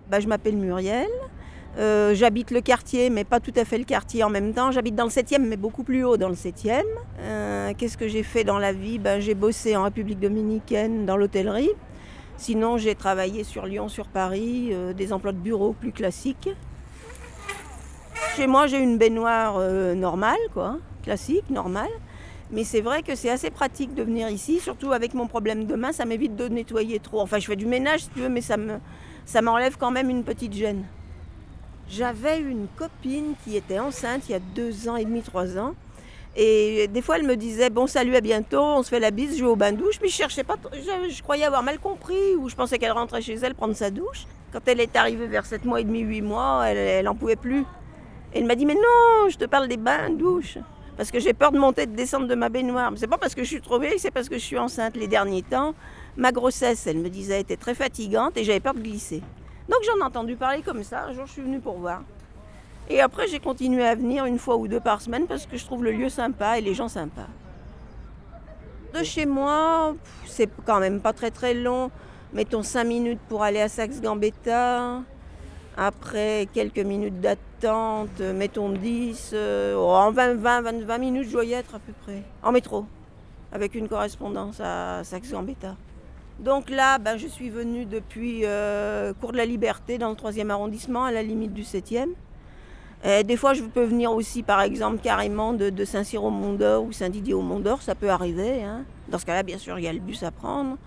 Je m'appelle Muriel. J'habite le quartier, mais pas tout à fait le quartier en même temps. J'habite dans le 7e, mais beaucoup plus haut dans le 7e. Qu'est-ce que j'ai fait dans la vie? J'ai bossé en République dominicaine dans l'hôtellerie. Sinon, j'ai travaillé sur Lyon, sur Paris, des emplois de bureau plus classiques. Chez moi, j'ai une baignoire normale, quoi, classique, normale. Mais c'est vrai que c'est assez pratique de venir ici, surtout avec mon problème de main, ça m'évite de nettoyer trop. Enfin, je fais du ménage si tu veux, mais ça m'enlève quand même une petite gêne. J'avais une copine qui était enceinte il y a 2 ans et demi, 3 ans. Et des fois, elle me disait, bon, salut, à bientôt, on se fait la bise, je vais au bain-douche. Mais je cherchais pas, je croyais avoir mal compris, ou je pensais qu'elle rentrait chez elle prendre sa douche. Quand elle est arrivée vers 7 mois et demi, 8 mois, elle en pouvait plus. Et elle m'a dit, mais non, je te parle des bains-douches. Parce que j'ai peur de monter et de descendre de ma baignoire. Mais c'est pas parce que je suis trop vieille, c'est parce que je suis enceinte. Les derniers temps, ma grossesse, elle me disait, était très fatigante et j'avais peur de glisser. Donc j'en ai entendu parler comme ça. Un jour, je suis venue pour voir. Et après, j'ai continué à venir 1 fois ou 2 par semaine parce que je trouve le lieu sympa et les gens sympas. De chez moi, c'est quand même pas très très long. Mettons 5 minutes pour aller à Saxe-Gambetta. Après quelques minutes d'attente, mettons 10, en 20 minutes, je dois y être à peu près. En métro, avec une correspondance à Saxe-Gambetta. Donc là, je suis venue depuis Cours de la Liberté, dans le 3e arrondissement, à la limite du 7e. Et des fois, je peux venir aussi, par exemple, carrément de Saint-Cyr au Mont-d'Or ou Saint-Didier au Mont-d'Or, ça peut arriver. Hein. Dans ce cas-là, bien sûr, il y a le bus à prendre.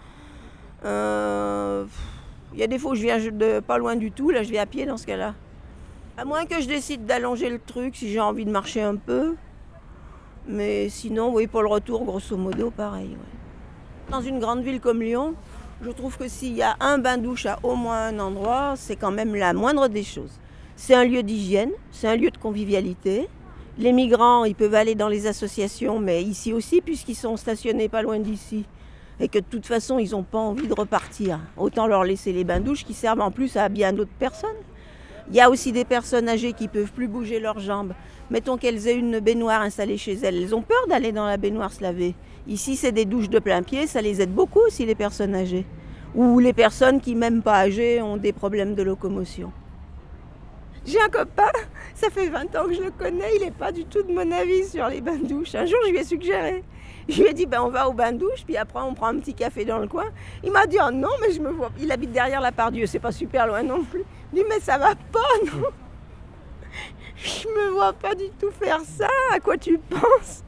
Il y a des fois où je viens de pas loin du tout, là je vais à pied dans ce cas-là. À moins que je décide d'allonger le truc si j'ai envie de marcher un peu. Mais sinon, oui, pour le retour, grosso modo, pareil. Ouais. Dans une grande ville comme Lyon, je trouve que s'il y a un bain-douche à au moins un endroit, c'est quand même la moindre des choses. C'est un lieu d'hygiène, c'est un lieu de convivialité. Les migrants, ils peuvent aller dans les associations, mais ici aussi, puisqu'ils sont stationnés pas loin d'ici. Et que de toute façon, ils n'ont pas envie de repartir. Autant leur laisser les bains-douches qui servent en plus à bien d'autres personnes. Il y a aussi des personnes âgées qui ne peuvent plus bouger leurs jambes. Mettons qu'elles aient une baignoire installée chez elles. Elles ont peur d'aller dans la baignoire se laver. Ici, c'est des douches de plein pied. Ça les aide beaucoup aussi, les personnes âgées. Ou les personnes qui, même pas âgées, ont des problèmes de locomotion. J'ai un copain, ça fait 20 ans que je le connais, il n'est pas du tout de mon avis sur les bains-douches. Un jour, je lui ai suggéré. Je lui ai dit, on va au bain-douche, puis après, on prend un petit café dans le coin. Il m'a dit, oh non, mais je me vois. Il habite derrière la Part-Dieu, c'est pas super loin non plus. Je lui ai dit, mais ça va pas, non. Je me vois pas du tout faire ça, à quoi tu penses?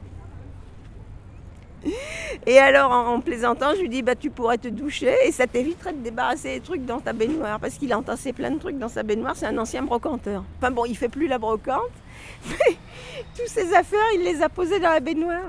Et alors, en plaisantant, je lui dis, tu pourrais te doucher et ça t'éviterait de débarrasser les trucs dans ta baignoire. Parce qu'il a entassé plein de trucs dans sa baignoire, c'est un ancien brocanteur. Enfin bon, il fait plus la brocante, mais toutes ses affaires, il les a posées dans la baignoire.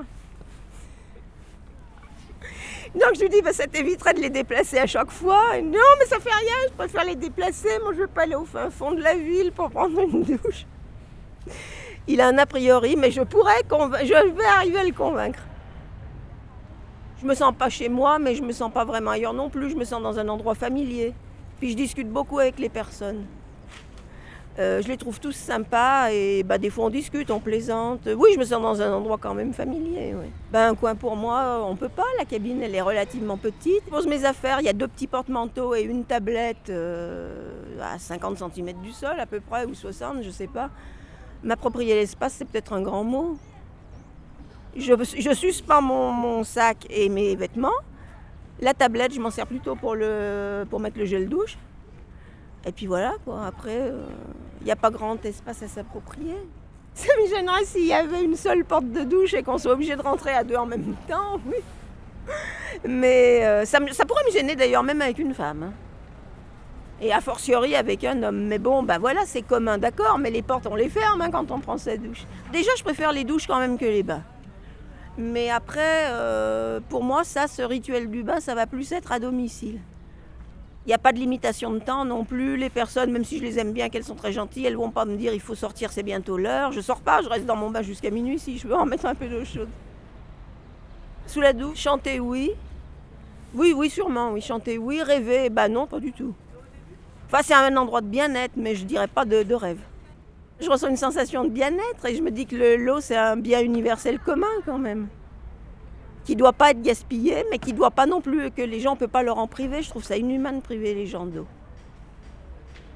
Donc je lui dis, ça t'éviterait de les déplacer à chaque fois. Et non, mais ça fait rien, je préfère les déplacer. Moi, je veux pas aller au fin fond de la ville pour prendre une douche. Il a un a priori, mais je vais arriver à le convaincre. Je me sens pas chez moi, mais je me sens pas vraiment ailleurs non plus. Je me sens dans un endroit familier. Puis je discute beaucoup avec les personnes. Je les trouve tous sympas et des fois on discute, on plaisante. Oui, je me sens dans un endroit quand même familier. Ouais. Un coin pour moi, on peut pas. La cabine, elle est relativement petite. Je pose mes affaires, il y a 2 petits porte-manteaux et une tablette à 50 cm du sol à peu près, ou 60, je sais pas. M'approprier l'espace, c'est peut-être un grand mot. Je suspends mon sac et mes vêtements. La tablette, je m'en sers plutôt pour mettre le gel douche. Et puis voilà, quoi. Après, il n'y a pas grand espace à s'approprier. Ça me gênerait s'il y avait une seule porte de douche et qu'on soit obligé de rentrer à 2 en même temps, oui. Mais ça pourrait me gêner d'ailleurs, même avec une femme. Hein. Et a fortiori avec un homme. Mais bon, voilà, c'est commun, d'accord, mais les portes, on les ferme quand on prend sa douche. Déjà, je préfère les douches quand même que les bains. Mais après, pour moi, ce rituel du bain, ça va plus être à domicile. Il n'y a pas de limitation de temps non plus. Les personnes, même si je les aime bien, qu'elles sont très gentilles, elles ne vont pas me dire il faut sortir, c'est bientôt l'heure. Je ne sors pas, je reste dans mon bain jusqu'à minuit si je veux en mettre un peu d'eau chaude. Sous la douche, chanter oui. Oui, sûrement, oui. Chanter oui, rêver, non, pas du tout. Enfin, c'est un endroit de bien-être, mais je ne dirais pas de rêve. Je ressens une sensation de bien-être et je me dis que l'eau, c'est un bien universel commun quand même. Qui ne doit pas être gaspillé, mais qui ne doit pas non plus, que les gens ne peuvent pas leur en priver. Je trouve ça inhumain de priver les gens d'eau.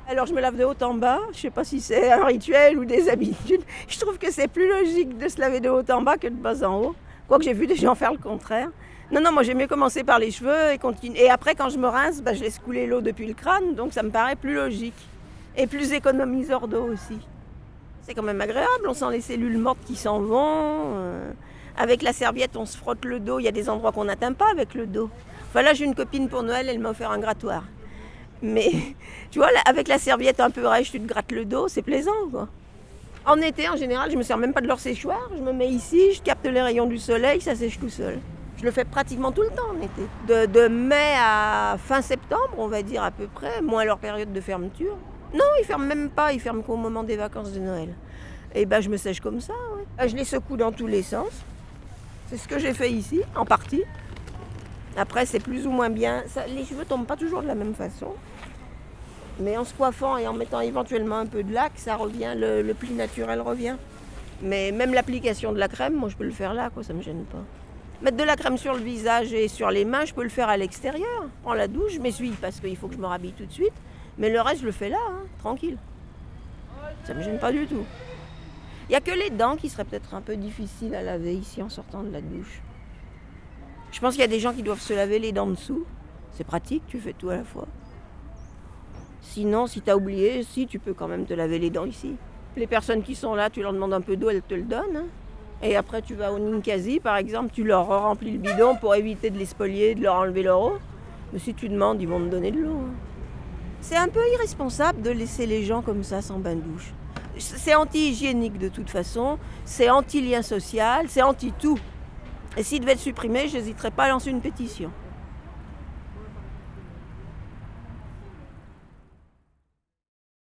Alors je me lave de haut en bas, je sais pas si c'est un rituel ou des habitudes. Je trouve que c'est plus logique de se laver de haut en bas que de bas en haut. Quoique j'ai vu des gens faire le contraire. Non, moi j'aime mieux commencer par les cheveux et continuer. Et après quand je me rince, je laisse couler l'eau depuis le crâne, donc ça me paraît plus logique. Et plus économiseur d'eau aussi. C'est quand même agréable, on sent les cellules mortes qui s'en vont. Avec la serviette, on se frotte le dos. Il y a des endroits qu'on n'atteint pas avec le dos. Enfin là, j'ai une copine pour Noël, elle m'a offert un grattoir. Mais tu vois, là, avec la serviette un peu rêche, tu te grattes le dos, c'est plaisant, quoi. En été, en général, je me sers même pas de leur séchoir. Je me mets ici, je capte les rayons du soleil, ça sèche tout seul. Je le fais pratiquement tout le temps en été. De mai à fin septembre, on va dire à peu près, moins leur période de fermeture. Non, ils ferment même pas, ils ferment qu'au moment des vacances de Noël. Et je me sèche comme ça, ouais. Je les secoue dans tous les sens. C'est ce que j'ai fait ici, en partie. Après, c'est plus ou moins bien. Les cheveux tombent pas toujours de la même façon. Mais en se coiffant et en mettant éventuellement un peu de lac, ça revient, le pli naturel revient. Mais même l'application de la crème, moi je peux le faire là, quoi, ça me gêne pas. Mettre de la crème sur le visage et sur les mains, je peux le faire à l'extérieur. Je prends la douche, je m'essuie parce qu'il faut que je me rhabille tout de suite. Mais le reste, je le fais là, tranquille. Ça me gêne pas du tout. Il n'y a que les dents qui seraient peut-être un peu difficiles à laver ici en sortant de la douche. Je pense qu'il y a des gens qui doivent se laver les dents dessous. C'est pratique, tu fais tout à la fois. Sinon, si tu as oublié, si tu peux quand même te laver les dents ici. Les personnes qui sont là, tu leur demandes un peu d'eau, elles te le donnent. Et après, tu vas au Ninkasi, par exemple, tu leur remplis le bidon pour éviter de les spolier, de leur enlever leur eau. Mais si tu demandes, ils vont te donner de l'eau. C'est un peu irresponsable de laisser les gens comme ça sans bain-douche. C'est anti-hygiénique de toute façon, c'est anti-lien social, c'est anti-tout. Et s'il devait être supprimé, je n'hésiterais pas à lancer une pétition.